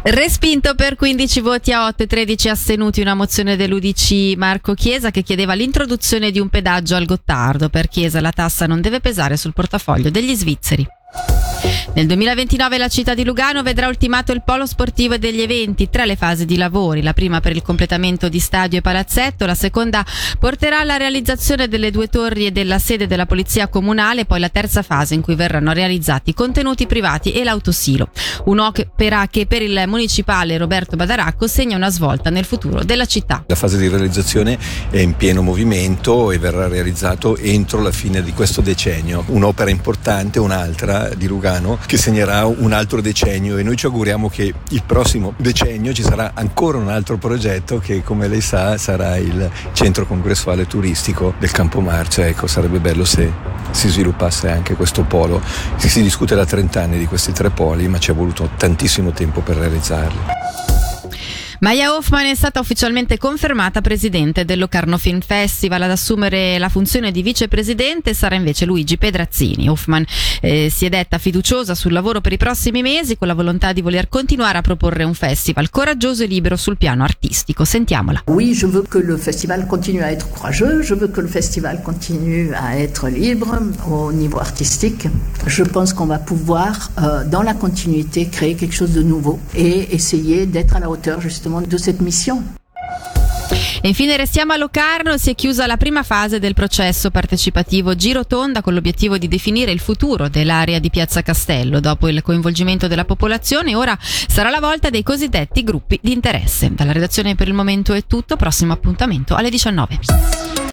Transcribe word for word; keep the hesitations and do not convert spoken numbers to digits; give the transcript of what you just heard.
Respinto per quindici voti a otto e tredici astenuti una mozione dell'U D C Marco Chiesa che chiedeva l'introduzione di un pedaggio al Gottardo. Per Chiesa la tassa non deve pesare sul portafoglio degli svizzeri. Nel duemilaventinove la città di Lugano vedrà ultimato il polo sportivo e degli eventi, tre le fasi di lavori, la prima per il completamento di stadio e palazzetto, la seconda porterà alla realizzazione delle due torri e della sede della polizia comunale, poi la terza fase in cui verranno realizzati contenuti privati e l'autosilo. Un'opera che per il municipale Roberto Badaracco segna una svolta nel futuro della città. La fase di realizzazione è in pieno movimento e verrà realizzato entro la fine di questo decennio. Un'opera importante, un'altra di Lugano, che segnerà un altro decennio, e noi ci auguriamo che il prossimo decennio ci sarà ancora un altro progetto che, come lei sa, sarà il centro congressuale turistico del Campo Marcia. Ecco, sarebbe bello se si sviluppasse anche questo polo. Si discute da trenta anni di questi tre poli, ma ci è voluto tantissimo tempo per realizzarli. Maya Hoffman è stata ufficialmente confermata presidente del Locarno Film Festival. Ad assumere la funzione di vicepresidente sarà invece Luigi Pedrazzini. Hoffman eh, si è detta fiduciosa sul lavoro per i prossimi mesi, con la volontà di voler continuare a proporre un festival coraggioso e libero sul piano artistico. Sentiamola. Oui, je veux que le festival continue à être courageux, je veux que le festival continue à être libre au niveau artistique. Je pense qu'on va pouvoir, euh, dans la continuité, créer quelque chose de nouveau et essayer d'être à la hauteur justement de cette mission. E infine restiamo a Locarno. Si è chiusa la prima fase del processo partecipativo Girotonda con l'obiettivo di definire il futuro dell'area di Piazza Castello. Dopo il coinvolgimento della popolazione, ora sarà la volta dei cosiddetti gruppi di interesse. Dalla redazione per il momento è tutto, prossimo appuntamento alle diciannove.